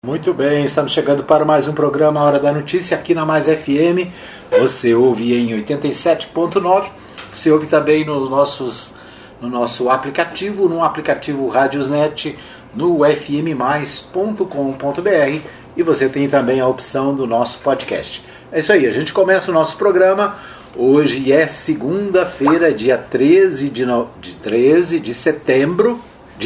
Muito bem, estamos chegando para mais um programa Hora da Notícia aqui na Mais FM. Você ouve em 87.9, você ouve também no nosso aplicativo, no aplicativo Radiosnet, no fmmais.com.br, e você tem também a opção do nosso podcast. É isso aí, a gente começa o nosso programa. Hoje é segunda-feira, dia 13 de setembro de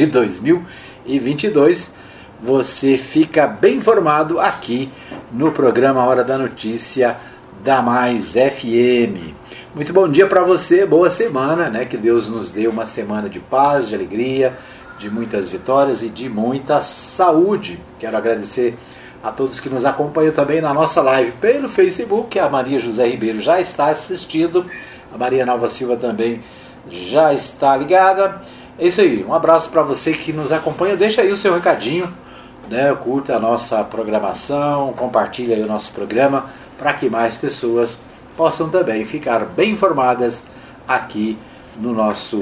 2022. Você fica bem informado aqui no programa Hora da Notícia da Mais FM. Muito bom dia para você, boa semana, né? Que Deus nos dê uma semana de paz, de alegria, de muitas vitórias e de muita saúde. Quero agradecer a todos que nos acompanham também na nossa live pelo Facebook. A Maria José Ribeiro já está assistindo, a Maria Nova Silva também já está ligada. É isso aí, um abraço para você que nos acompanha. Deixa aí o seu recadinho, né? Curta a nossa programação, compartilha aí o nosso programa para que mais pessoas possam também ficar bem informadas aqui no nosso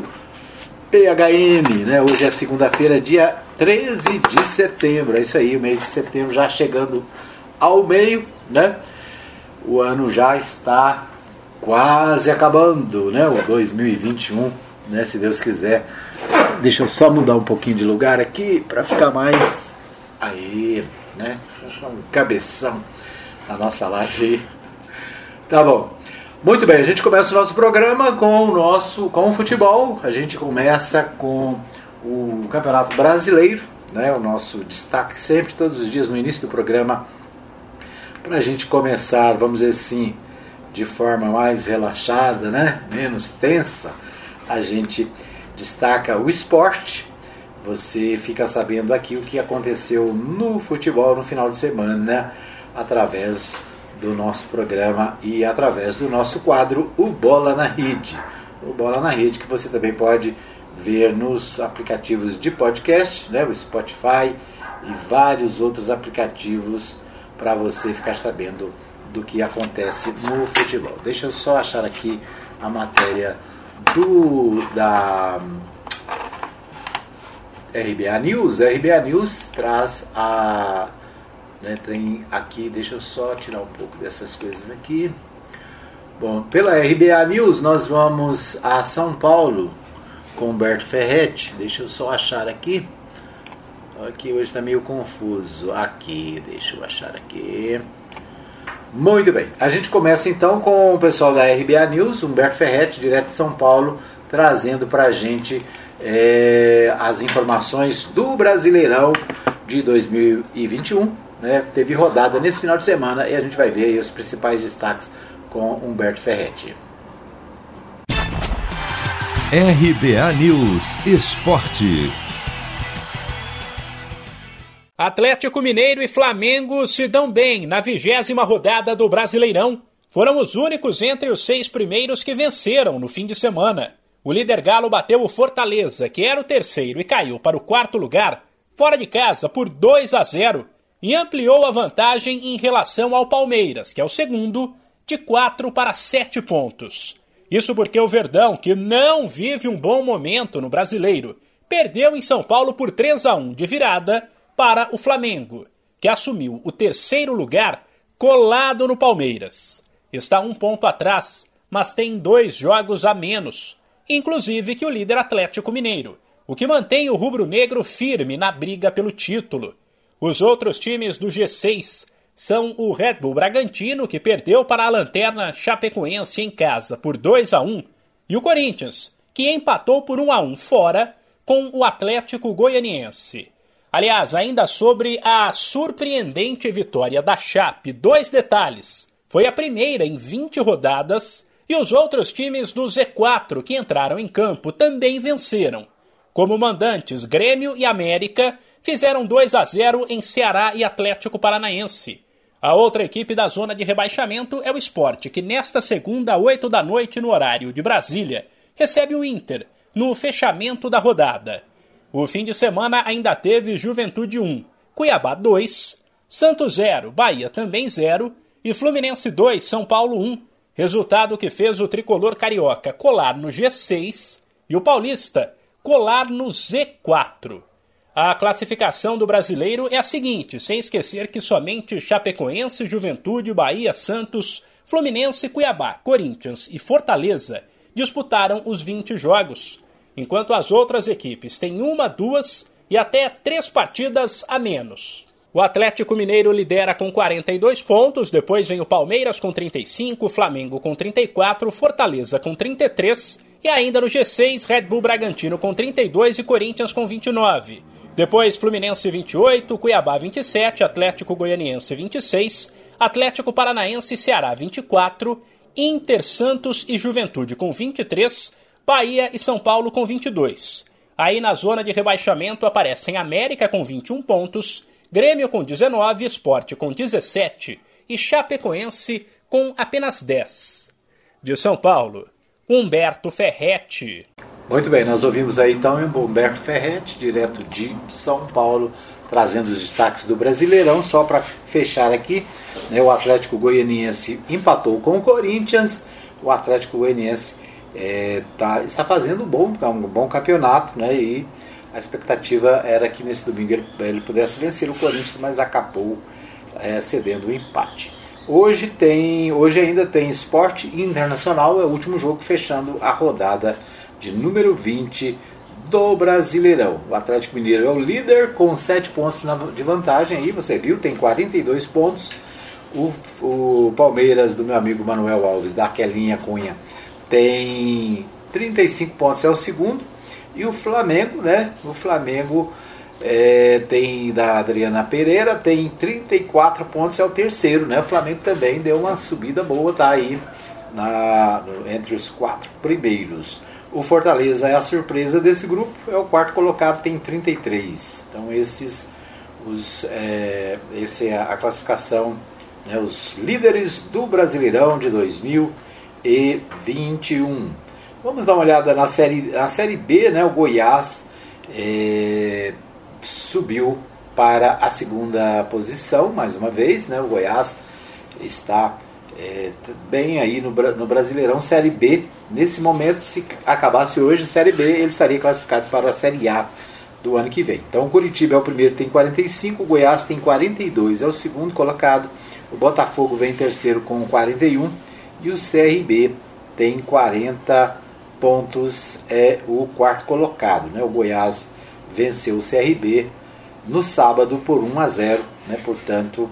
PHM, né? Hoje é segunda-feira, dia 13 de setembro, é isso aí, o mês de setembro já chegando ao meio, né? O ano já está quase acabando, né? O 2021, né? Se Deus quiser. Deixa eu só mudar um pouquinho de lugar aqui para ficar mais aí, né? Um cabeção na nossa live aí. Tá bom. Muito bem, a gente começa o nosso programa com o futebol. A gente começa com o Campeonato Brasileiro, né? O nosso destaque sempre, todos os dias no início do programa, para a gente começar, vamos dizer assim, de forma mais relaxada, né? Menos tensa. A gente destaca o esporte. Você fica sabendo aqui o que aconteceu no futebol no final de semana, né? Através do nosso programa e através do nosso quadro O Bola na Rede. O Bola na Rede que você também pode ver nos aplicativos de podcast, né? O Spotify e vários outros aplicativos para você ficar sabendo do que acontece no futebol. Deixa eu só achar aqui a matéria da RBA News. A RBA News traz a... né, tem aqui, deixa eu só tirar um pouco dessas coisas aqui. Bom, pela RBA News nós vamos a São Paulo com Humberto Ferretti. Deixa eu só achar aqui. Aqui hoje está meio confuso. Aqui, deixa eu achar aqui. Muito bem, a gente começa então com o pessoal da RBA News, Humberto Ferretti, direto de São Paulo, trazendo para a gente as informações do Brasileirão de 2021. Né? Teve rodada nesse final de semana e a gente vai ver aí os principais destaques com Humberto Ferretti. RBA News Esporte. Atlético Mineiro e Flamengo se dão bem na 20ª rodada do Brasileirão. Foram os únicos entre os 6 primeiros que venceram no fim de semana. O líder galo bateu o Fortaleza, que era o terceiro e caiu para o 4º lugar, fora de casa por 2-0, e ampliou a vantagem em relação ao Palmeiras, que é o segundo, de 4 para 7 pontos. Isso porque o Verdão, que não vive um bom momento no Brasileiro, perdeu em São Paulo por 3-1 de virada para o Flamengo, que assumiu o 3º lugar colado no Palmeiras. Está 1 ponto atrás, mas tem 2 jogos a menos, inclusive que o líder Atlético Mineiro, o que mantém o rubro-negro firme na briga pelo título. Os outros times do G6 são o Red Bull Bragantino, que perdeu para a lanterna Chapecoense em casa por 2-1, e o Corinthians, que empatou por 1-1 fora com o Atlético Goianiense. Aliás, ainda sobre a surpreendente vitória da Chape, 2 detalhes. Foi a primeira em 20 rodadas e os outros times do Z4 que entraram em campo também venceram. Como mandantes, Grêmio e América fizeram 2-0 em Ceará e Atlético Paranaense. A outra equipe da zona de rebaixamento é o Sport, que nesta segunda, 8 da noite no horário de Brasília, recebe o Inter no fechamento da rodada. O fim de semana ainda teve Juventude 1, Cuiabá 2, Santos 0, Bahia também 0 e Fluminense 2, São Paulo 1, resultado que fez o tricolor carioca colar no G6 e o paulista colar no Z4. A classificação do Brasileiro é a seguinte, sem esquecer que somente Chapecoense, Juventude, Bahia, Santos, Fluminense, Cuiabá, Corinthians e Fortaleza disputaram os 20 jogos, enquanto as outras equipes têm 1, 2 e até 3 partidas a menos. O Atlético Mineiro lidera com 42 pontos, depois vem o Palmeiras com 35, Flamengo com 34, Fortaleza com 33 e ainda no G6, Red Bull Bragantino com 32 e Corinthians com 29. Depois Fluminense 28, Cuiabá 27, Atlético Goianiense 26, Atlético Paranaense e Ceará 24, Inter, Santos e Juventude com 23, Bahia e São Paulo com 22. Aí na zona de rebaixamento aparecem América com 21 pontos, Grêmio com 19, Sport com 17 e Chapecoense com apenas 10. De São Paulo, Humberto Ferretti. Muito bem, nós ouvimos aí então o Humberto Ferretti, direto de São Paulo, trazendo os destaques do Brasileirão. Só para fechar aqui, né, o Atlético Goianiense empatou com o Corinthians. O Atlético Goianiense está fazendo um bom campeonato, né, e a expectativa era que nesse domingo ele pudesse vencer o Corinthians, mas acabou cedendo o empate. Hoje ainda tem Sport Internacional, é o último jogo fechando a rodada de número 20 do Brasileirão. O Atlético Mineiro é o líder com 7 pontos de vantagem, aí você viu, tem 42 pontos. O Palmeiras do meu amigo Manuel Alves, da Quelinha Cunha, tem 35 pontos, é o segundo. E o Flamengo, né? O Flamengo tem da Adriana Pereira, tem 34 pontos, é o terceiro, né? O Flamengo também deu uma subida boa, tá aí entre os 4 primeiros. O Fortaleza é a surpresa desse grupo, é o quarto colocado, tem 33. Então essa é a classificação, né, os líderes do Brasileirão de 2021. Vamos dar uma olhada na série B, né? O Goiás subiu para a segunda posição, mais uma vez, né? O Goiás está bem aí no Brasileirão Série B. Nesse momento, se acabasse hoje a Série B, ele estaria classificado para a Série A do ano que vem. Então o Curitiba é o primeiro, tem 45, o Goiás tem 42, é o segundo colocado, o Botafogo vem em terceiro com 41 e o CRB tem 40 pontos, é o quarto colocado, né? O Goiás venceu o CRB no sábado por 1-0, né? Portanto,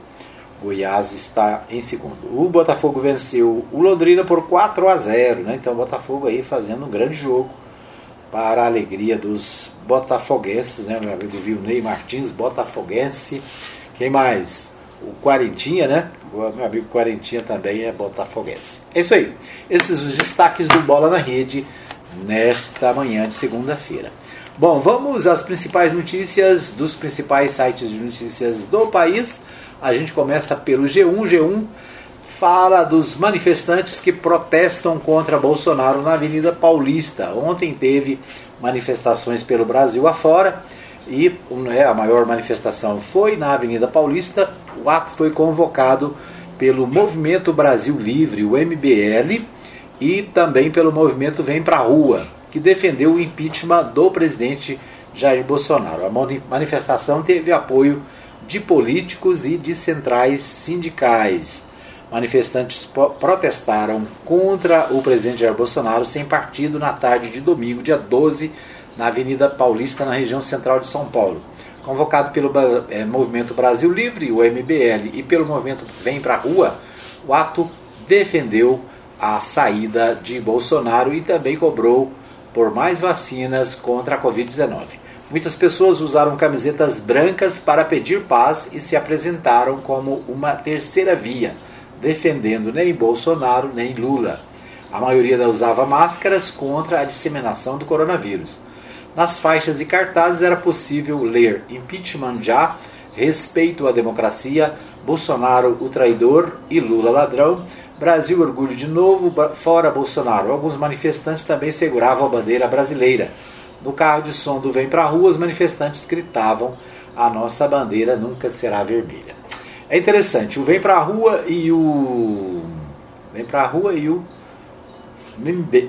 Goiás está em segundo. O Botafogo venceu o Londrina por 4-0, né? Então o Botafogo aí fazendo um grande jogo para a alegria dos botafoguenses, né? Meu amigo Vilney Martins, botafoguense. Quem mais? O Quarentinha, né? O meu amigo Quarentinha também é botafoguense. É isso aí. Esses os destaques do Bola na Rede nesta manhã de segunda-feira. Bom, vamos às principais notícias dos principais sites de notícias do país. A gente começa pelo G1. G1 fala dos manifestantes que protestam contra Bolsonaro na Avenida Paulista. Ontem teve manifestações pelo Brasil afora e a maior manifestação foi na Avenida Paulista. O ato foi convocado pelo Movimento Brasil Livre, o MBL, e também pelo Movimento Vem Pra Rua, que defendeu o impeachment do presidente Jair Bolsonaro. A manifestação teve apoio de políticos e de centrais sindicais. Manifestantes protestaram contra o presidente Jair Bolsonaro sem partido na tarde de domingo, dia 12, na Avenida Paulista, na região central de São Paulo. Convocado pelo Movimento Brasil Livre, o MBL, e pelo Movimento Vem Pra Rua, o ato defendeu a saída de Bolsonaro e também cobrou por mais vacinas contra a Covid-19. Muitas pessoas usaram camisetas brancas para pedir paz e se apresentaram como uma terceira via, defendendo nem Bolsonaro nem Lula. A maioria usava máscaras contra a disseminação do coronavírus. Nas faixas e cartazes era possível ler impeachment já, respeito à democracia, Bolsonaro o traidor e Lula ladrão, Brasil orgulho de novo, fora Bolsonaro. Alguns manifestantes também seguravam a bandeira brasileira. No carro de som do Vem Pra Rua, os manifestantes gritavam: a nossa bandeira nunca será vermelha. É interessante, o Vem Pra Rua e o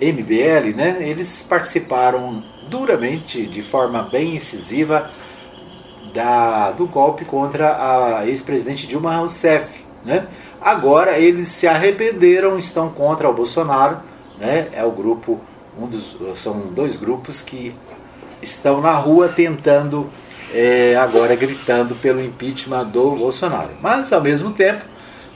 MBL, né, eles participaram duramente, de forma bem incisiva, do golpe contra a ex-presidente Dilma Rousseff, né? Agora eles se arrependeram, estão contra o Bolsonaro, né? É o grupo, são dois grupos que estão na rua tentando, agora gritando pelo impeachment do Bolsonaro. Mas ao mesmo tempo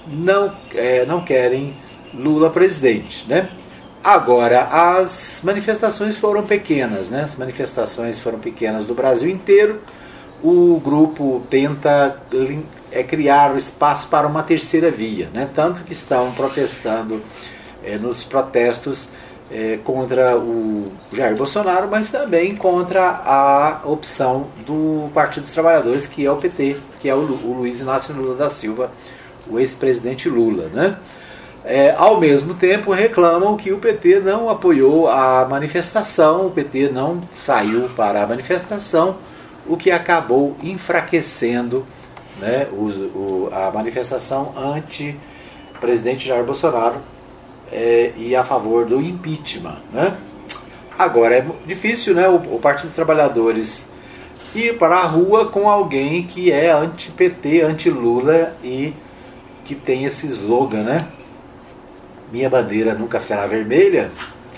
não querem Lula presidente, né? Agora, as manifestações foram pequenas, né? As manifestações foram pequenas do Brasil inteiro. O grupo tenta criar o espaço para uma terceira via, né? Tanto que estão protestando nos protestos contra o Jair Bolsonaro, mas também contra a opção do Partido dos Trabalhadores, que é o PT, que é o Luiz Inácio Lula da Silva, o ex-presidente Lula, né? Ao mesmo tempo reclamam que o PT não apoiou a manifestação, o PT não saiu para a manifestação, o que acabou enfraquecendo, né, a manifestação anti-presidente Jair Bolsonaro e a favor do impeachment, né? Agora é difícil, né, o Partido dos Trabalhadores ir para a rua com alguém que é anti-PT, anti-Lula e que tem esse slogan, né? Minha bandeira nunca será vermelha.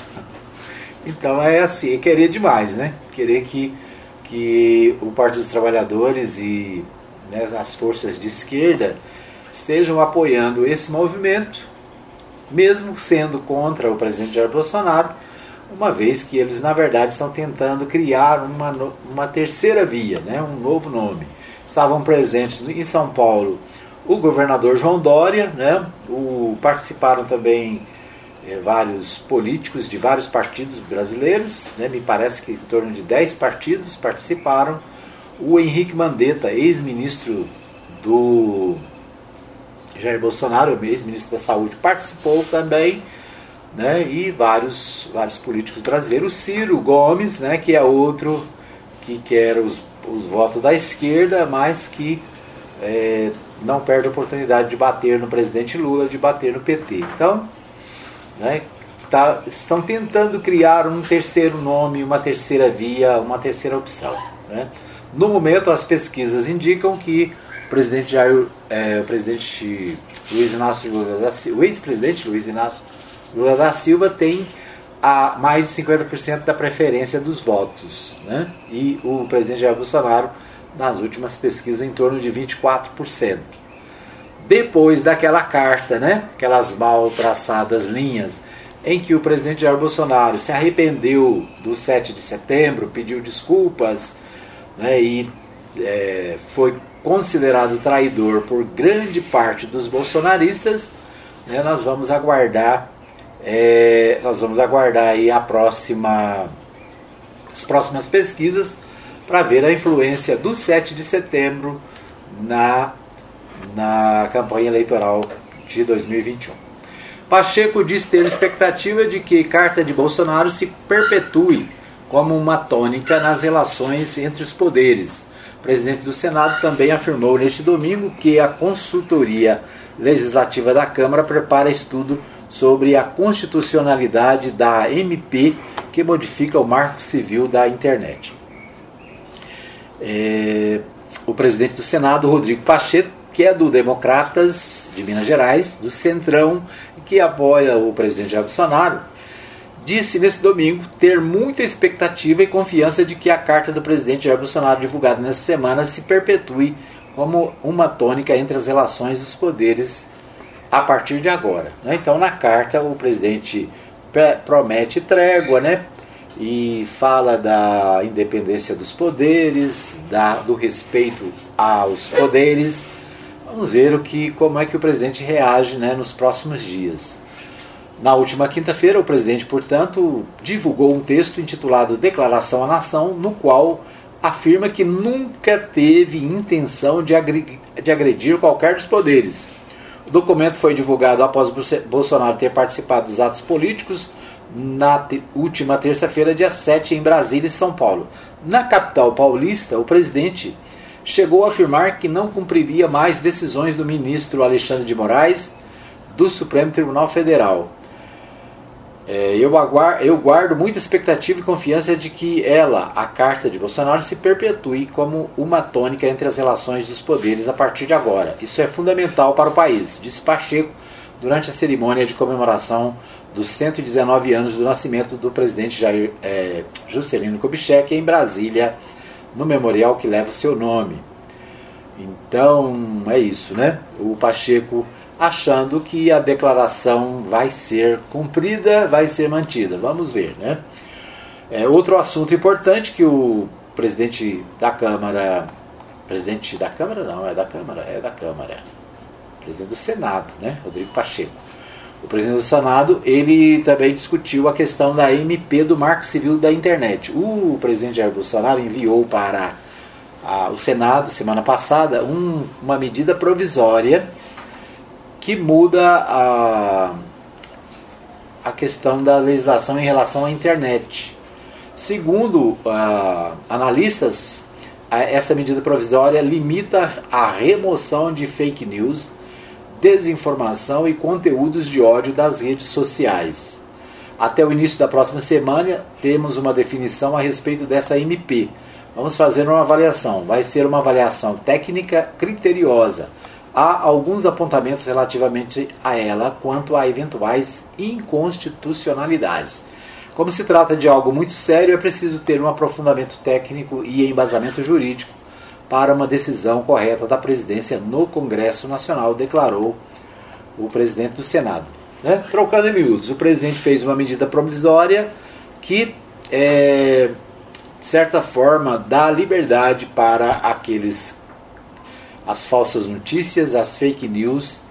Então é assim, é querer demais, né? Querer que o Partido dos Trabalhadores e, né, as forças de esquerda estejam apoiando esse movimento, mesmo sendo contra o presidente Jair Bolsonaro, uma vez que eles na verdade estão tentando criar uma terceira via, né? Um novo nome. Estavam presentes em São Paulo o governador João Dória, né? Participaram também vários políticos de vários partidos brasileiros, né? Me parece que em torno de 10 partidos participaram. O Henrique Mandetta, ex-ministro do Jair Bolsonaro, ex-ministro da Saúde, participou também, né? E vários políticos brasileiros. O Ciro Gomes, né? Que é outro que quer os votos da esquerda, mas que não perde a oportunidade de bater no presidente Lula, de bater no PT. Então, né, estão tentando criar um terceiro nome, uma terceira via, uma terceira opção, né? No momento, as pesquisas indicam que o ex-presidente Luiz Inácio Lula da Silva tem mais de 50% da preferência dos votos, né? E o presidente Jair Bolsonaro, nas últimas pesquisas, em torno de 24%. Depois daquela carta, né, aquelas mal traçadas linhas, em que o presidente Jair Bolsonaro se arrependeu do 7 de setembro, pediu desculpas, né, e foi considerado traidor por grande parte dos bolsonaristas, né, nós vamos aguardar aí as próximas pesquisas para ver a influência do 7 de setembro na campanha eleitoral de 2021. Pacheco diz ter expectativa de que carta de Bolsonaro se perpetue como uma tônica nas relações entre os poderes. O presidente do Senado também afirmou neste domingo que a consultoria legislativa da Câmara prepara estudo sobre a constitucionalidade da MP que modifica o Marco Civil da Internet. O presidente do Senado, Rodrigo Pacheco, que é do Democratas de Minas Gerais, do Centrão, que apoia o presidente Jair Bolsonaro, disse nesse domingo ter muita expectativa e confiança de que a carta do presidente Jair Bolsonaro, divulgada nessa semana, se perpetue como uma tônica entre as relações dos poderes a partir de agora, né? Então, na carta, o presidente promete trégua, né? E fala da independência dos poderes, do respeito aos poderes. Vamos ver como é que o presidente reage, né, nos próximos dias. Na última quinta-feira, o presidente, portanto, divulgou um texto intitulado Declaração à Nação, no qual afirma que nunca teve intenção de agredir qualquer dos poderes. O documento foi divulgado após Bolsonaro ter participado dos atos políticos na última terça-feira, dia 7, em Brasília e São Paulo. Na capital paulista, o presidente chegou a afirmar que não cumpriria mais decisões do ministro Alexandre de Moraes do Supremo Tribunal Federal. Eu guardo muita expectativa e confiança de que a carta de Bolsonaro, se perpetue como uma tônica entre as relações dos poderes a partir de agora. Isso é fundamental para o país, disse Pacheco durante a cerimônia de comemoração dos 119 anos do nascimento do presidente Juscelino Kubitschek em Brasília, no memorial que leva o seu nome. Então, é isso, né? O Pacheco achando que a declaração vai ser cumprida, vai ser mantida. Vamos ver, né? Outro assunto importante que o presidente da Câmara... Presidente da Câmara? Não, é da Câmara. Presidente do Senado, né? Rodrigo Pacheco. O presidente do Senado, ele também discutiu a questão da MP do Marco Civil da Internet. O presidente Jair Bolsonaro enviou para o Senado, semana passada, uma medida provisória que muda a questão da legislação em relação à internet. Segundo analistas, essa medida provisória limita a remoção de fake news, desinformação e conteúdos de ódio das redes sociais. Até o início da próxima semana, temos uma definição a respeito dessa MP. Vamos fazer uma avaliação. Vai ser uma avaliação técnica criteriosa. Há alguns apontamentos relativamente a ela quanto a eventuais inconstitucionalidades. Como se trata de algo muito sério, é preciso ter um aprofundamento técnico e embasamento jurídico para uma decisão correta da presidência no Congresso Nacional, declarou o presidente do Senado. Trocando em miúdos, o presidente fez uma medida provisória que, de certa forma, dá liberdade para as falsas notícias, as fake news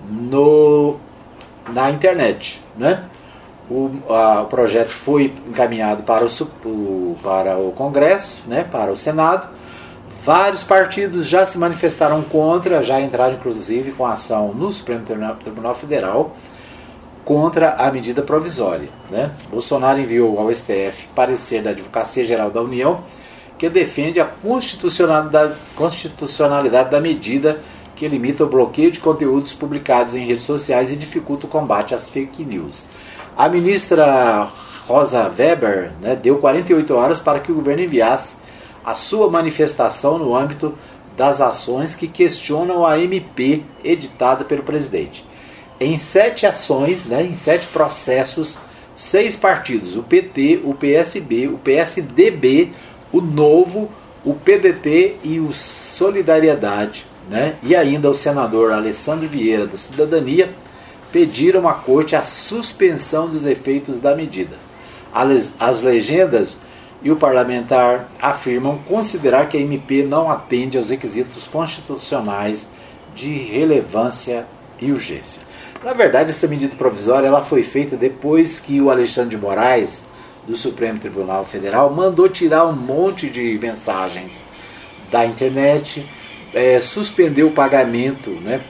na internet, né? O projeto foi encaminhado para o Congresso, né, para o Senado. Vários partidos já se manifestaram contra, já entraram inclusive com ação no Supremo Tribunal Federal contra a medida provisória, né? Bolsonaro enviou ao STF parecer da Advocacia Geral da União que defende a constitucionalidade da medida que limita o bloqueio de conteúdos publicados em redes sociais e dificulta o combate às fake news. A ministra Rosa Weber, né, deu 48 horas para que o governo enviasse a sua manifestação no âmbito das ações que questionam a MP editada pelo presidente. Em 7 ações, né, em 7 processos, 6 partidos, o PT, o PSB, o PSDB, o Novo, o PDT e o Solidariedade, né, e ainda o senador Alessandro Vieira, do Cidadania, pediram à corte a suspensão dos efeitos da medida. As legendas e o parlamentar afirmam considerar que a MP não atende aos requisitos constitucionais de relevância e urgência. Na verdade, essa medida provisória ela foi feita depois que o Alexandre de Moraes, do Supremo Tribunal Federal, mandou tirar um monte de mensagens da internet, suspendeu o pagamento, né,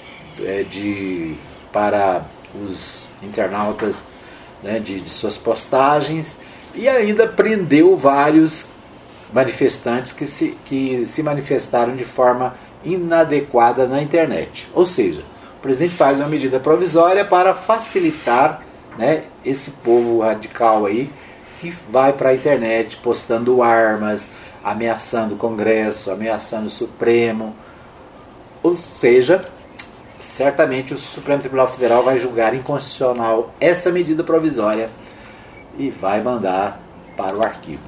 para os internautas, né, de suas postagens, e ainda prendeu vários manifestantes que se manifestaram de forma inadequada na internet. Ou seja, o presidente faz uma medida provisória para facilitar, né, esse povo radical aí que vai para a internet postando armas, ameaçando o Congresso, ameaçando o Supremo. Ou seja, certamente o Supremo Tribunal Federal vai julgar inconstitucional essa medida provisória e vai mandar para o arquivo.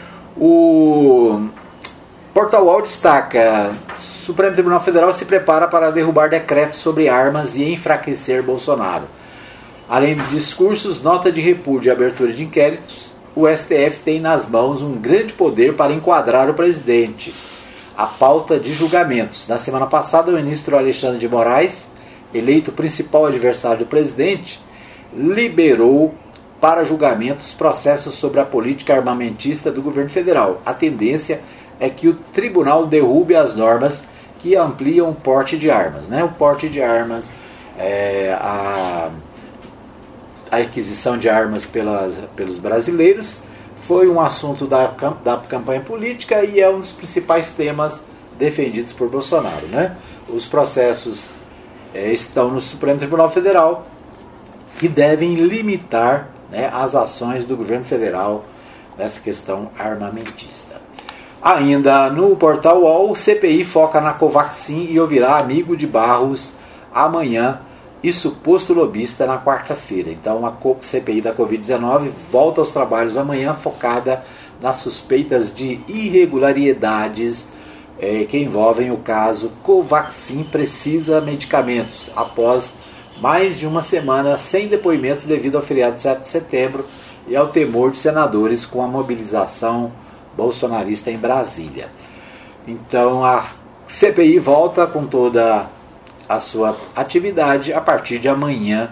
O Portal UOL destaca: Supremo Tribunal Federal se prepara para derrubar decretos sobre armas e enfraquecer Bolsonaro. Além de discursos, nota de repúdio e abertura de inquéritos, o STF tem nas mãos um grande poder para enquadrar o presidente. A pauta de julgamentos. Na semana passada, o ministro Alexandre de Moraes, eleito principal adversário do presidente, liberou para julgamentos processos sobre a política armamentista do governo federal. A tendência é que o tribunal derrube as normas que ampliam o porte de armas, né? O porte de armas, a aquisição de armas pelos brasileiros foi um assunto da campanha política e é um dos principais temas defendidos por Bolsonaro, né? Os processos estão no Supremo Tribunal Federal, que devem limitar né, as ações do governo federal nessa questão armamentista. Ainda no portal UOL, CPI foca na Covaxin e ouvirá amigo de Barros amanhã e suposto lobista na quarta-feira. Então a CPI da Covid-19 volta aos trabalhos amanhã, focada nas suspeitas de irregularidades que envolvem o caso Covaxin precisa medicamentos, após mais de uma semana sem depoimentos devido ao feriado de 7 de setembro e ao temor de senadores com a mobilização bolsonarista em Brasília. Então a CPI volta com toda a sua atividade a partir de amanhã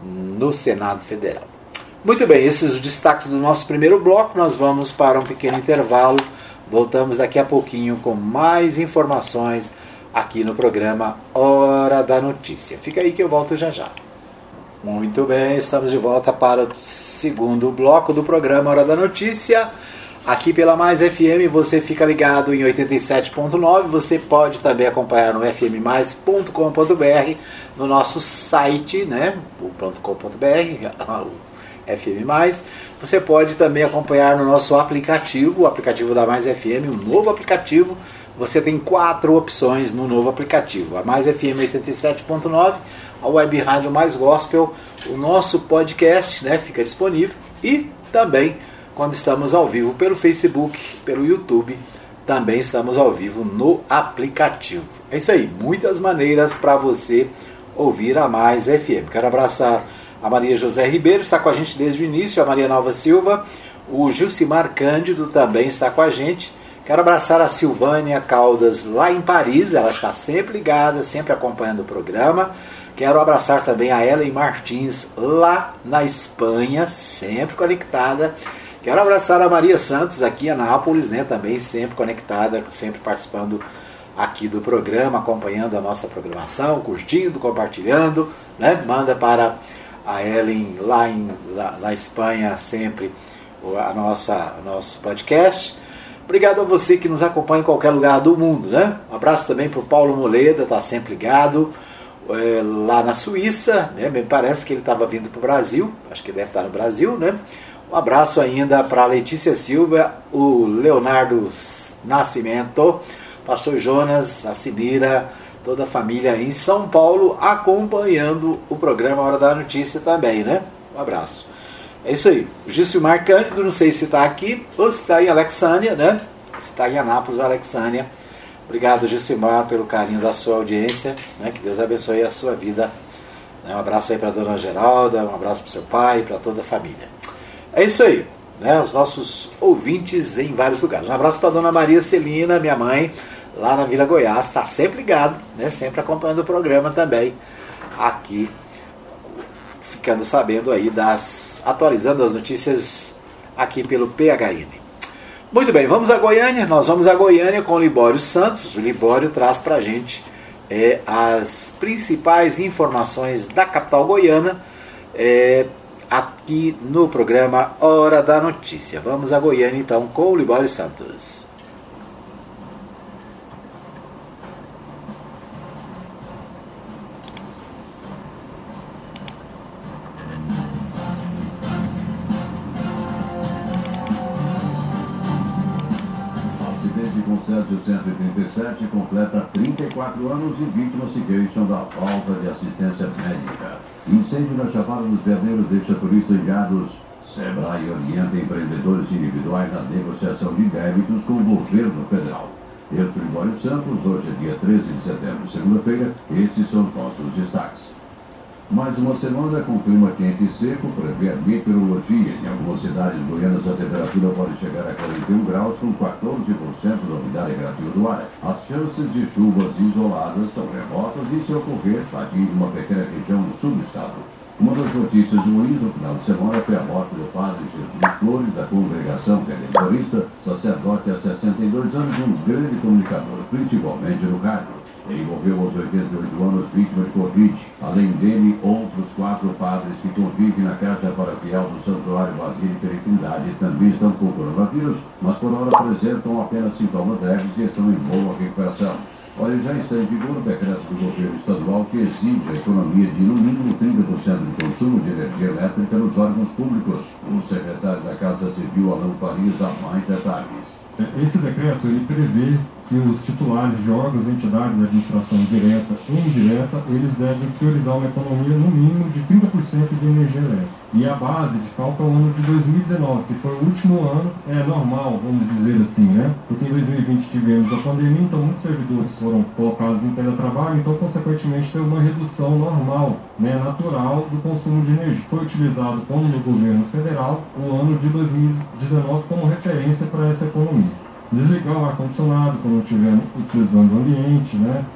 no Senado Federal. Muito bem, esses os destaques do nosso primeiro bloco. Nós vamos para um pequeno intervalo. Voltamos daqui a pouquinho com mais informações aqui no programa Hora da Notícia. Fica aí que eu volto já já. Muito bem, estamos de volta para o segundo bloco do programa Hora da Notícia. Aqui pela Mais FM, você fica ligado em 87.9, você pode também acompanhar no fmmais.com.br, no nosso site, né, o .com.br, o FM+. Você pode também acompanhar no nosso aplicativo, o aplicativo da Mais FM, um novo aplicativo. Você tem 4 opções no novo aplicativo: a Mais FM 87.9, a Web Rádio Mais Gospel, o nosso podcast, né, fica disponível, e também quando estamos ao vivo pelo Facebook, pelo YouTube, também estamos ao vivo no aplicativo. É isso aí, muitas maneiras para você ouvir a Mais FM. Quero abraçar a Maria José Ribeiro, está com a gente desde o início, a Maria Nova Silva, o Gilcimar Cândido também está com a gente. Quero abraçar a Silvânia Caldas lá em Paris, ela está sempre ligada, sempre acompanhando o programa. Quero abraçar também a Ellen Martins lá na Espanha, sempre conectada. Quero abraçar a Maria Santos aqui em Anápolis, né, também sempre conectada, sempre participando aqui do programa, acompanhando a nossa programação, curtindo, compartilhando, né? Manda para a Ellen lá na Espanha sempre o nosso podcast. Obrigado a você que nos acompanha em qualquer lugar do mundo, né? Um abraço também para o Paulo Moleda, está sempre ligado lá na Suíça, né? Me parece que ele estava vindo para o Brasil, acho que ele deve estar no Brasil, né? Um abraço ainda para a Letícia Silva, o Leonardo Nascimento, Pastor Jonas, a Sinira, toda a família em São Paulo, acompanhando o programa Hora da Notícia também, né? Um abraço. É isso aí. O Gilcimar Cândido, não sei se está aqui ou se está em Alexânia, né? Se está em Anápolis, Alexânia. Obrigado, Gilcimar, pelo carinho da sua audiência, né? Que Deus abençoe a sua vida. Um abraço aí para a dona Geralda, um abraço para o seu pai e para toda a família. É isso aí, né? Os nossos ouvintes em vários lugares. Um abraço para a dona Maria Celina, minha mãe, lá na Vila Goiás, está sempre ligado, né? Sempre acompanhando o programa também, aqui, ficando sabendo aí atualizando as notícias aqui pelo PHN. Muito bem, vamos a Goiânia. Nós vamos a Goiânia com o Libório Santos. O Libório traz para a gente as principais informações da capital goiana, aqui no programa Hora da Notícia. Vamos a Goiânia então com o Libório Santos. Com Césio 137 completa 34 anos e vítimas se queixam da falta de assistência médica. Incêndio na Chapada dos Veadeiros deixa turistas ilhados. Sebrae orienta empreendedores individuais na negociação de débitos com o governo federal. Eu sou Libório Santos, hoje é dia 13 de setembro, segunda-feira. Esses são os nossos destaques. Mais uma semana com clima quente e seco, prevê a meteorologia. Em algumas cidades goianas a temperatura pode chegar a 41 graus com 14% da umidade relativa do ar. As chances de chuvas isoladas são remotas e, se ocorrer, atinge uma pequena região no sul do estado. Uma das notícias ruins no final de semana foi a morte do padre Jesus Flores, da congregação redentorista, sacerdote há 62 anos e um grande comunicador, principalmente no rádio. Ele morreu aos 88 anos, vítima de Covid. Além dele, outros 4 padres que convivem na casa paroquial do Santuário Basílica de Trindade também estão com coronavírus, mas por hora apresentam apenas sintomas leves e estão em boa recuperação. O Olha, já está em vigor o decreto do governo estadual que exige a economia de no mínimo 30% de consumo de energia elétrica nos órgãos públicos. O secretário da Casa Civil, Alan Farias, dá mais detalhes. Esse decreto ele prevê que os titulares de órgãos e entidades de administração direta e indireta, eles devem priorizar uma economia no mínimo de 30% de energia elétrica. E a base de cálculo é o ano de 2019, que foi o último ano normal, vamos dizer assim, né? Porque em 2020 tivemos a pandemia, então muitos servidores foram colocados em teletrabalho, então consequentemente teve uma redução normal, natural do consumo de energia. Foi utilizado, como no governo federal, o ano de 2019 como referência para essa economia. Desligar o ar-condicionado quando estiver utilizando o ambiente,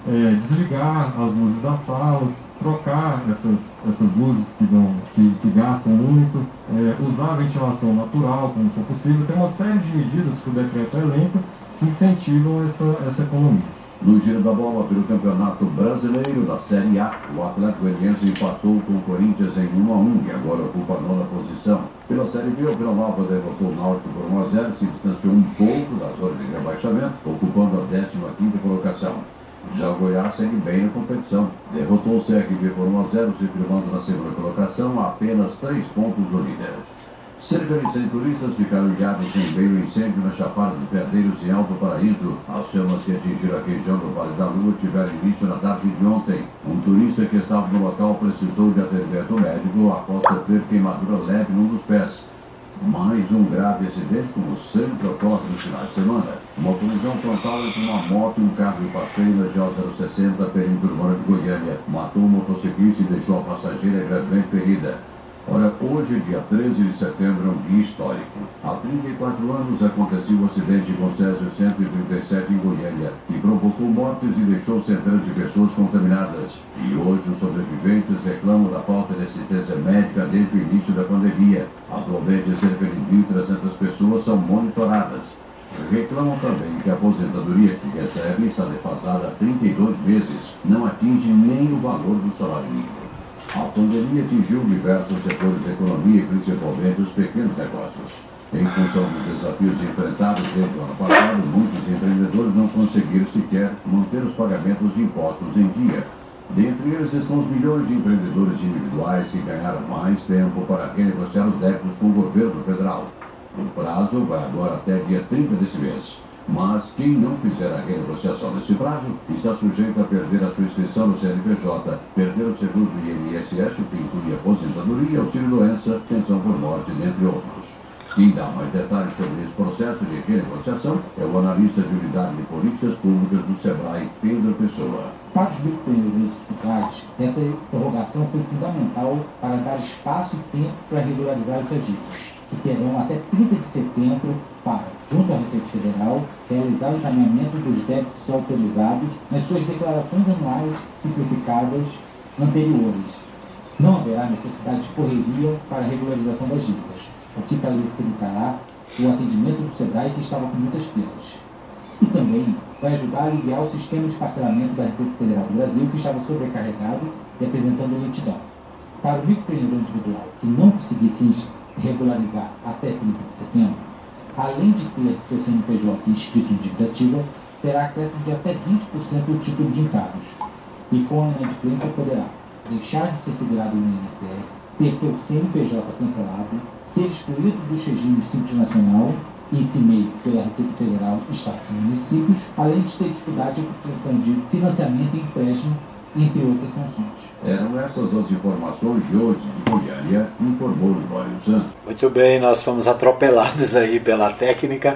desligar as luzes das salas, trocar essas luzes que gastam muito, usar a ventilação natural quando for possível. Tem uma série de medidas que o decreto elenca que incentivam essa economia. No giro da bola pelo Campeonato Brasileiro da Série A, o Atlético Goianiense empatou com o Corinthians em 1-1 e agora ocupa a 9ª posição. Pela Série B, o Vila Nova derrotou o Náutico por 1-0, se distanciou um pouco da zona de rebaixamento, ocupando a 15ª colocação. Já o Goiás segue bem na competição. Derrotou o CRB por 1-0, se firmando na 2ª colocação, a apenas 3 pontos do líder. Cerca de 100 turistas ficaram ligados em meio ao incêndio na Chapada dos Veadeiros, em Alto Paraíso. As chamas que atingiram a região do Vale da Lua tiveram início na tarde de ontem. Um turista que estava no local precisou de atendimento médico após sofrer queimadura leve num dos pés. Mais um grave acidente, como sempre ocorre nos finais de semana. Uma colisão frontal entre uma moto e um carro de passeio na GO 060, perímetro urbano de Goiânia. Matou um motociclista e deixou a passageira gravemente ferida. Olha, hoje, dia 13 de setembro, é um dia histórico. Há 34 anos aconteceu o acidente com Césio 137 em Goiânia, que provocou mortes e deixou centenas de pessoas contaminadas. E hoje os sobreviventes reclamam da falta de assistência médica desde o início da pandemia. Atualmente, cerca de 1.300 pessoas são monitoradas. Reclamam também que a aposentadoria que recebem está defasada há 32 meses, não atinge nem o valor do salário mínimo. A pandemia atingiu diversos setores da economia, principalmente os pequenos negócios. Em função dos desafios enfrentados desde o ano passado, muitos empreendedores não conseguiram sequer manter os pagamentos de impostos em dia. Dentre eles estão os milhões de empreendedores individuais que ganharam mais tempo para renegociar os débitos com o governo federal. O prazo vai agora até dia 30 desse mês. Mas quem não fizer a renegociação nesse prazo está sujeito a perder a sua inscrição no CNPJ, perder o seguro do INSS, o que inclui aposentadoria, auxílio-doença, pensão por morte, dentre outros. Quem dá mais detalhes sobre esse processo de renegociação é o analista de unidade de políticas públicas do SEBRAE, Pedro Pessoa. Para os microempreendedores rurais, essa prorrogação foi fundamental para dar espaço e tempo para regularizar os registros, que terão até 30 de setembro para, junto à Receita Federal, realizar o encaminhamento dos débitos autorizados nas suas declarações anuais simplificadas anteriores. Não haverá necessidade de correria para a regularização das dívidas, o que facilitará o atendimento do SEBRAE, que estava com muitas filas. E também vai ajudar a aliviar o sistema de parcelamento da Receita Federal do Brasil, que estava sobrecarregado e apresentando lentidão. Para o microempreendedor individual que não conseguisse regularizar até 30 de setembro, além de ter seu CNPJ inscrito em dívida ativa, terá acréscimo de até 20% do título de encargos. E com a inadimplência poderá deixar de ser segurado no INSS, ter seu CNPJ cancelado, ser excluído dos regimes Simples Nacional e ICMEI pela Receita Federal, Estados e municípios, além de ter dificuldade de obtenção de financiamento e empréstimo, entre outras sanções. Eram essas as informações de hoje de Goiânia, informou Libório Santos. Muito bem, nós fomos atropelados aí pela técnica,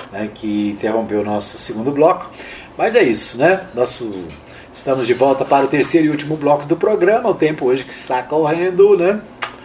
que interrompeu o nosso segundo bloco. Mas é isso, né? Estamos de volta para o terceiro e último bloco do programa, o tempo hoje que está correndo, né?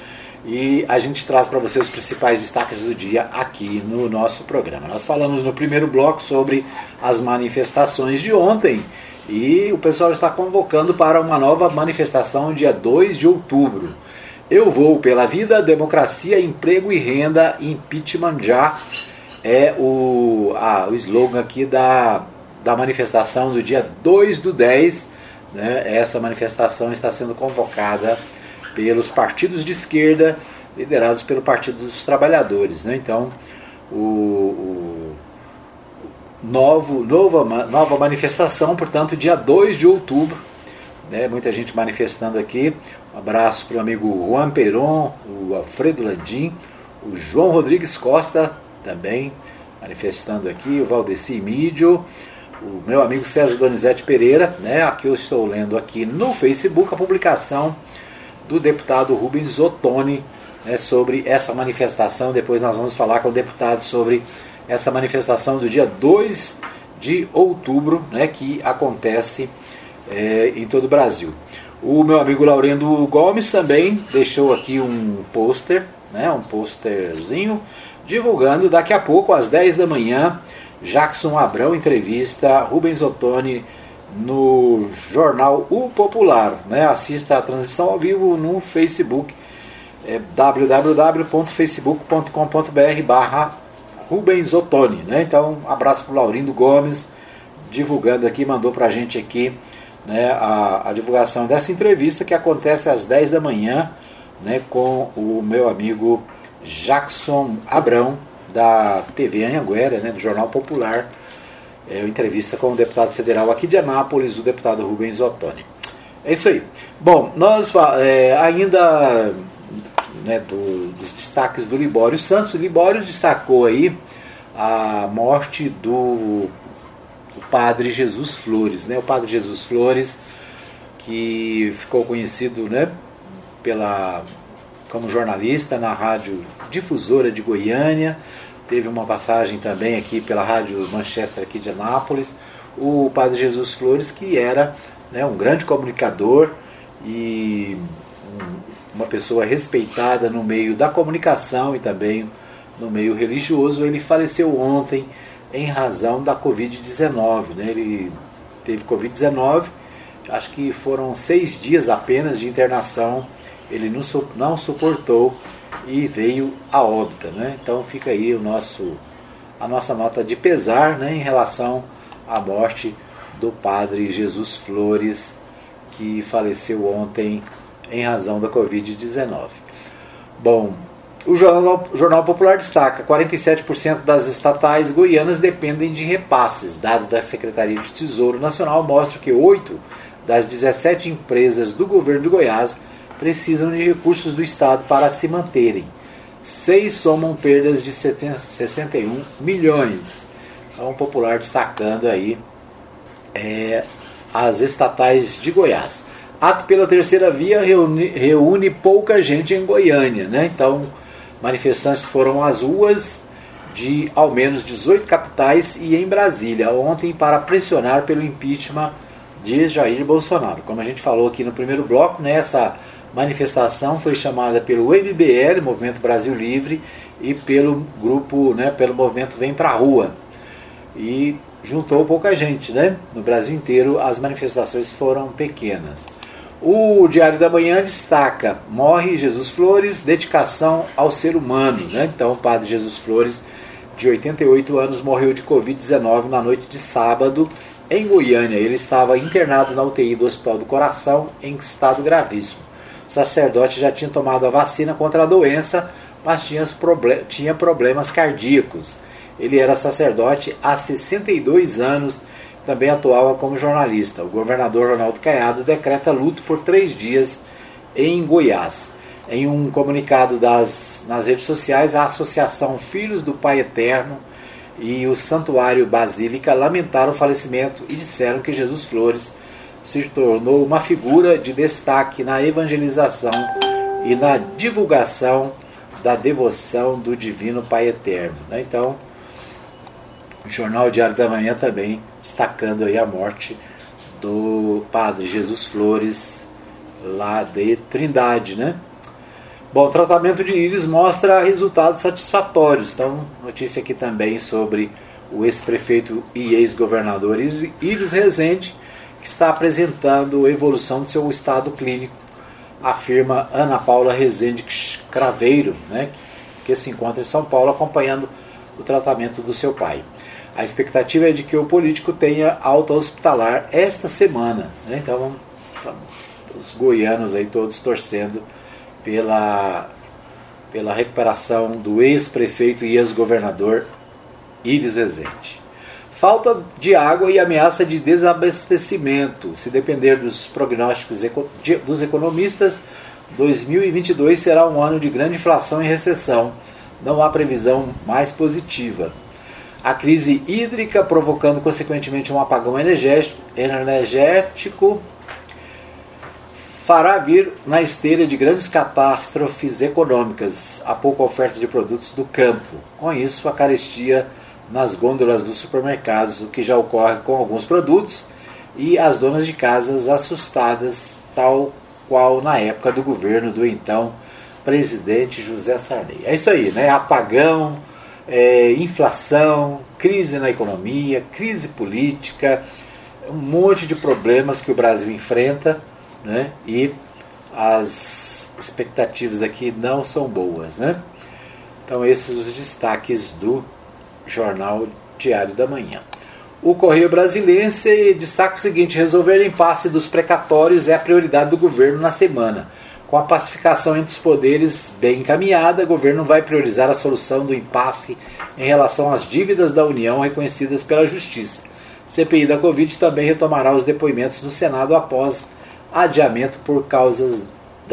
E a gente traz para você os principais destaques do dia aqui no nosso programa. Nós falamos no primeiro bloco sobre as manifestações de ontem, e o pessoal está convocando para uma nova manifestação dia 2 de outubro. Eu vou pela vida, democracia, emprego e renda, impeachment já é o slogan aqui da manifestação do dia 2/10. Né? Essa manifestação está sendo convocada pelos partidos de esquerda, liderados pelo Partido dos Trabalhadores. Né? Então, nova manifestação, portanto, dia 2 de outubro, né? Muita gente manifestando aqui. Um abraço para o amigo Juan Peron, o Alfredo Landim, o João Rodrigues Costa também manifestando aqui, o Valdeci Mídio, o meu amigo César Donizete Pereira, né? Aqui eu estou lendo aqui no Facebook a publicação do deputado Rubens Ottoni, né, sobre essa manifestação. Depois nós vamos falar com o deputado sobre essa manifestação do dia 2 de outubro, né, que acontece em todo o Brasil. O meu amigo Laurindo Gomes também deixou aqui um pôster, né, um pôsterzinho, divulgando daqui a pouco, às 10 da manhã, Jackson Abrão entrevista Rubens Ottoni no jornal O Popular, né? Assista a transmissão ao vivo no Facebook, www.facebook.com.br/Rubens Ottoni, né? Então, abraço para o Laurindo Gomes, divulgando aqui, mandou para a gente aqui, né, a divulgação dessa entrevista que acontece às 10 da manhã, né, com o meu amigo Jackson Abrão, da TV Anhanguera, né, do Jornal Popular. Entrevista com o deputado federal aqui de Anápolis, o deputado Rubens Ottoni. É isso aí. Bom, nós ainda, né, dos destaques do Libório Santos. O Libório destacou aí a morte do padre Jesus Flores, né? O padre Jesus Flores, que ficou conhecido, né, como jornalista na Rádio Difusora de Goiânia. Teve uma passagem também aqui pela Rádio Manchester aqui de Anápolis. O padre Jesus Flores, que era, né, um grande comunicador e uma pessoa respeitada no meio da comunicação e também no meio religioso. Ele faleceu ontem em razão da Covid-19. Né? Ele teve Covid-19, acho que foram 6 dias apenas de internação. Ele não suportou e veio a óbito, né? Então fica aí a nossa nota de pesar, né, em relação à morte do padre Jesus Flores, que faleceu ontem em razão da Covid-19. Bom, o Jornal Popular destaca: 47% das estatais goianas dependem de repasses. Dados da Secretaria de Tesouro Nacional mostram que 8 das 17 empresas do governo de Goiás precisam de recursos do Estado para se manterem. 6 somam perdas de 61 milhões. Então, o Popular destacando aí as estatais de Goiás. Ato pela terceira via reúne pouca gente em Goiânia, né? Então, manifestantes foram às ruas de ao menos 18 capitais e em Brasília ontem para pressionar pelo impeachment de Jair Bolsonaro. Como a gente falou aqui no primeiro bloco, né, essa manifestação foi chamada pelo MBL, Movimento Brasil Livre, e pelo grupo, né, pelo movimento Vem Pra Rua. E juntou pouca gente, né? No Brasil inteiro as manifestações foram pequenas. O Diário da Manhã destaca: morre Jesus Flores, dedicação ao ser humano, né? Então o padre Jesus Flores, de 88 anos, morreu de Covid-19 na noite de sábado em Goiânia. Ele estava internado na UTI do Hospital do Coração em estado gravíssimo. O sacerdote já tinha tomado a vacina contra a doença, mas tinha problemas cardíacos. Ele era sacerdote há 62 anos, também atuava como jornalista. O governador Ronaldo Caiado decreta luto por 3 dias em Goiás. Em um comunicado nas redes sociais, a Associação Filhos do Pai Eterno e o Santuário Basílica lamentaram o falecimento e disseram que Jesus Flores se tornou uma figura de destaque na evangelização e na divulgação da devoção do Divino Pai Eterno. Então, o Jornal Diário da Manhã também destacando aí a morte do padre Jesus Flores, lá de Trindade, né? Bom, o tratamento de Íris mostra resultados satisfatórios. Então, notícia aqui também sobre o ex-prefeito e ex-governador Íris Rezende, que está apresentando evolução do seu estado clínico, afirma Ana Paula Rezende Craveiro, né, que se encontra em São Paulo acompanhando o tratamento do seu pai. A expectativa é de que o político tenha alta hospitalar esta semana, né? Então, os goianos aí todos torcendo pela recuperação do ex-prefeito e ex-governador Íris Rezende. Falta de água e ameaça de desabastecimento. Se depender dos prognósticos dos economistas, 2022 será um ano de grande inflação e recessão. Não há previsão mais positiva. A crise hídrica, provocando consequentemente um apagão energético, fará vir na esteira de grandes catástrofes econômicas, a pouca oferta de produtos do campo. Com isso, a carestia nas gôndolas dos supermercados, o que já ocorre com alguns produtos, e as donas de casas assustadas, tal qual na época do governo do então presidente José Sarney. É isso aí, né? Apagão, inflação, crise na economia, crise política, um monte de problemas que o Brasil enfrenta, né? E as expectativas aqui não são boas, né? Então esses os destaques do Jornal Diário da Manhã. O Correio Brasiliense destaca o seguinte: resolver o impasse dos precatórios é a prioridade do governo na semana. Com a pacificação entre os poderes bem encaminhada, o governo vai priorizar a solução do impasse em relação às dívidas da União reconhecidas pela Justiça. CPI da Covid também retomará os depoimentos no Senado após adiamento por causa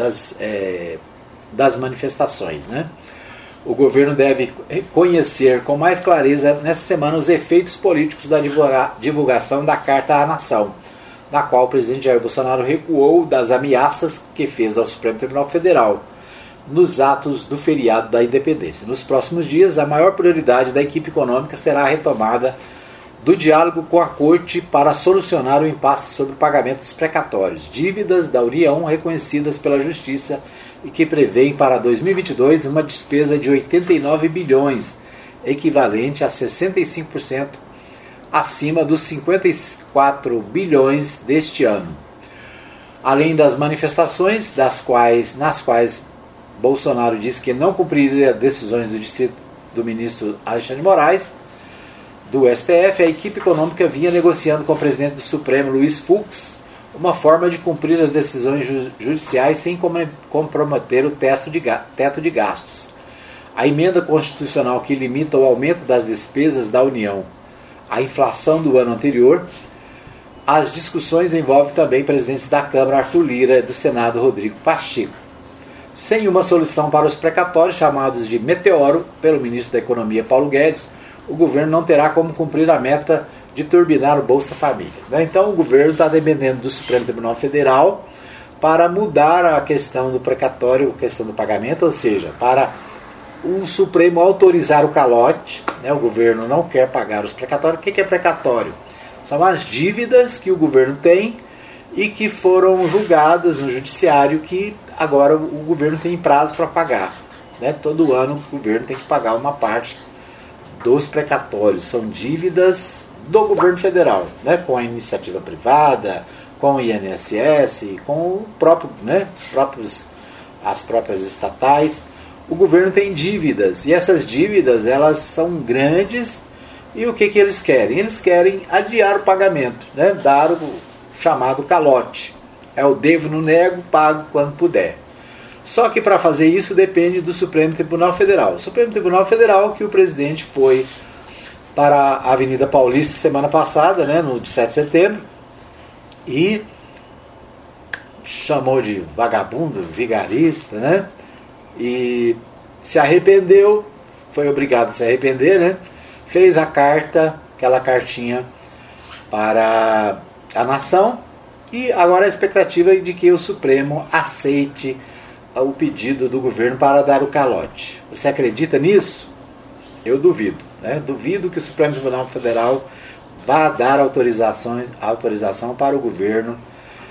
das manifestações, né? O governo deve conhecer com mais clareza nesta semana os efeitos políticos da divulgação da Carta à Nação, na qual o presidente Jair Bolsonaro recuou das ameaças que fez ao Supremo Tribunal Federal nos atos do feriado da Independência. Nos próximos dias, a maior prioridade da equipe econômica será a retomada do diálogo com a Corte para solucionar o impasse sobre o pagamento dos precatórios, dívidas da União reconhecidas pela Justiça e que prevêem para 2022 uma despesa de 89 bilhões, equivalente a 65% acima dos 54 bilhões deste ano. Além das manifestações, nas quais Bolsonaro disse que não cumpriria decisões do ministro Alexandre de Moraes, do STF, a equipe econômica vinha negociando com o presidente do Supremo, Luiz Fux, uma forma de cumprir as decisões judiciais sem comprometer o teto de gastos. A emenda constitucional que limita o aumento das despesas da União à inflação do ano anterior. As discussões envolvem também presidentes da Câmara, Arthur Lira, e do Senado, Rodrigo Pacheco. Sem uma solução para os precatórios, chamados de meteoro pelo ministro da Economia, Paulo Guedes, o governo não terá como cumprir a meta de turbinar o Bolsa Família. Então o governo está dependendo do Supremo Tribunal Federal para mudar a questão do precatório, a questão do pagamento, ou seja, para o Supremo autorizar o calote, né? O governo não quer pagar os precatórios. O que é precatório? São as dívidas que o governo tem e que foram julgadas no judiciário, que agora o governo tem prazo para pagar, né? Todo ano o governo tem que pagar uma parte dos precatórios. São dívidas do governo federal, né? Com a iniciativa privada, com o INSS, com o próprio, né? As próprias estatais. O governo tem dívidas, e essas dívidas elas são grandes, e o que eles querem? Eles querem adiar o pagamento, né? Dar o chamado calote. É o devo, não nego, pago quando puder. Só que para fazer isso depende do Supremo Tribunal Federal. O Supremo Tribunal Federal, que o presidente foi para a Avenida Paulista semana passada, né, no 7 de setembro, e chamou de vagabundo, vigarista, né? E se arrependeu, foi obrigado a se arrepender, né? Fez a carta, aquela cartinha para a nação, e agora a expectativa é de que o Supremo aceite o pedido do governo para dar o calote. Você acredita nisso? Eu duvido, né? Duvido que o Supremo Tribunal Federal vá dar autorização para o governo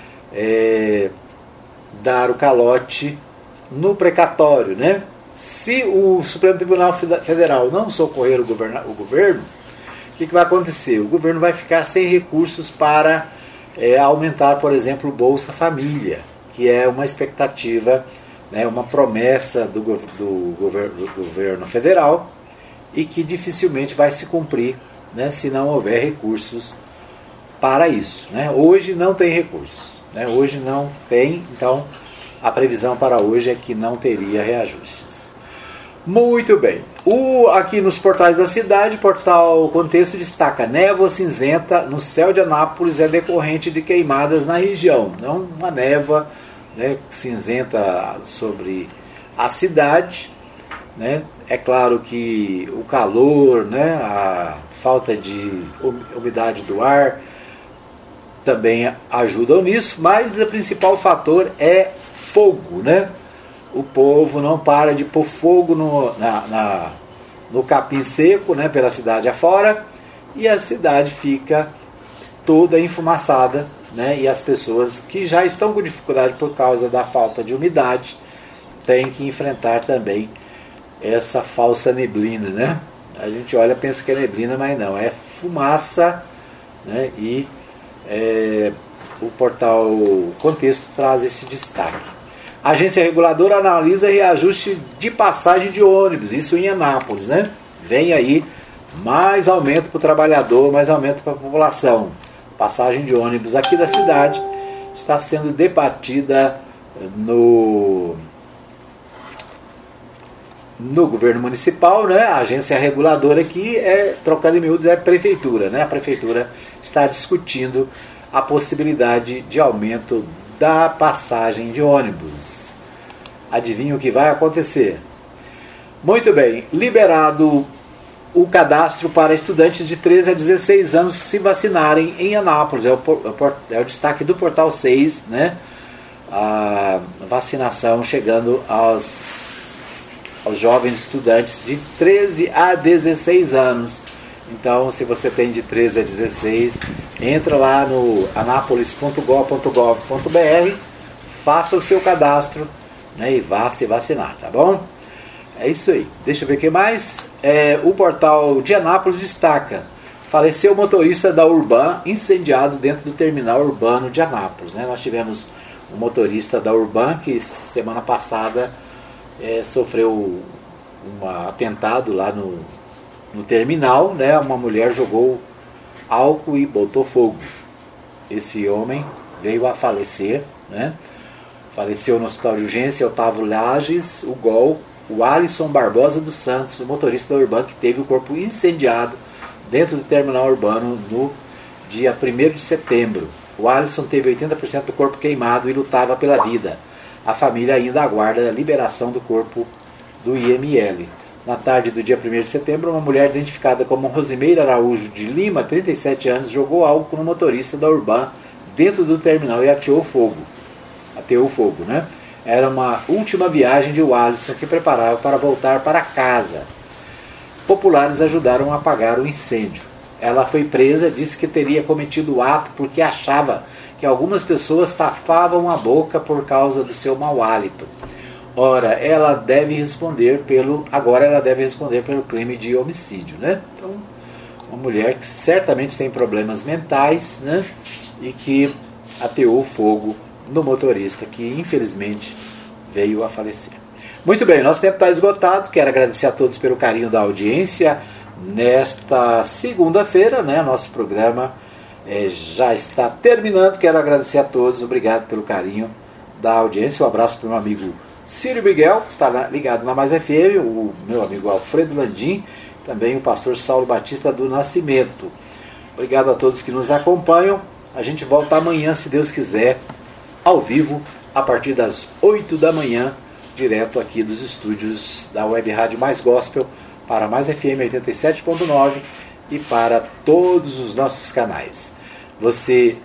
dar o calote no precatório, né? Se o Supremo Tribunal Federal não socorrer o governo, o que vai acontecer? O governo vai ficar sem recursos para aumentar, por exemplo, o Bolsa Família, que é uma expectativa, né, uma promessa do governo federal, e que dificilmente vai se cumprir, né, se não houver recursos para isso, né? Hoje não tem recursos, né? Hoje não tem, então a previsão para hoje é que não teria reajustes. Muito bem. Aqui nos portais da cidade, portal Contexto destaca: névoa cinzenta no céu de Anápolis é decorrente de queimadas na região. Não uma névoa, né, cinzenta sobre a cidade, né? É claro que o calor, né, a falta de umidade do ar também ajudam nisso, mas o principal fator é fogo, né? O povo não para de pôr fogo no capim seco, né, pela cidade afora, e a cidade fica toda enfumaçada, né, e as pessoas que já estão com dificuldade por causa da falta de umidade têm que enfrentar também essa falsa neblina, né? A gente olha e pensa que é neblina, mas não, é fumaça, né? E o portal Contexto traz esse destaque. A agência reguladora analisa reajuste de passagem de ônibus, isso em Anápolis, né? Vem aí mais aumento para o trabalhador, mais aumento para a população. Passagem de ônibus aqui da cidade está sendo debatida no governo municipal, né? A agência reguladora aqui, trocando em miúdos, é a prefeitura, né? A prefeitura está discutindo a possibilidade de aumento da passagem de ônibus. Adivinha o que vai acontecer? Muito bem, liberado o cadastro para estudantes de 13 a 16 anos se vacinarem em Anápolis. É o destaque do Portal 6, né? A vacinação chegando aos jovens estudantes de 13 a 16 anos. Então, se você tem de 13 a 16, entra lá no anapolis.gov.br, faça o seu cadastro, né, e vá se vacinar, tá bom? É isso aí. Deixa eu ver o que mais. O portal de Anápolis destaca: faleceu o motorista da Urban incendiado dentro do terminal urbano de Anápolis, né? Nós tivemos um motorista da Urban que semana passada sofreu um atentado lá no terminal, né? Uma mulher jogou álcool e botou fogo. Esse homem veio a falecer, né? Faleceu no hospital de urgência Otávio Lages, o GOL, o Alisson Barbosa dos Santos, o motorista da Urban, que teve o corpo incendiado dentro do terminal urbano no dia 1º de setembro. O Alisson teve 80% do corpo queimado e lutava pela vida. A família ainda aguarda a liberação do corpo do IML. Na tarde do dia 1º de setembro, uma mulher identificada como Rosimeira Araújo de Lima, 37 anos, jogou álcool no motorista da Urban dentro do terminal e ateou fogo, né? Era uma última viagem de Alisson que preparava para voltar para casa. Populares ajudaram a apagar o incêndio. Ela foi presa, disse que teria cometido o ato porque achava que algumas pessoas tapavam a boca por causa do seu mau hálito. Ora, ela deve responder pelo crime de homicídio, né? Então, uma mulher que certamente tem problemas mentais, né? E que ateou fogo no motorista, que infelizmente veio a falecer. Muito bem, nosso tempo está esgotado. Quero agradecer a todos pelo carinho da audiência nesta segunda-feira, né? Nosso programa já está terminando. Quero agradecer a todos, obrigado pelo carinho da audiência. Um abraço para o meu amigo Círio Miguel, que está ligado na Mais FM, o meu amigo Alfredo Landim, também o pastor Saulo Batista do Nascimento. Obrigado a todos que nos acompanham. A gente volta amanhã, se Deus quiser, ao vivo, a partir das 8 da manhã, direto aqui dos estúdios da Web Rádio Mais Gospel, para Mais FM 87.9 e para todos os nossos canais. Você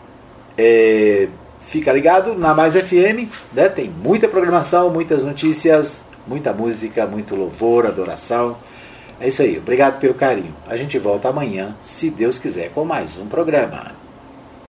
fica ligado na Mais FM, né? Tem muita programação, muitas notícias, muita música, muito louvor, adoração. É isso aí, obrigado pelo carinho. A gente volta amanhã, se Deus quiser, com mais um programa.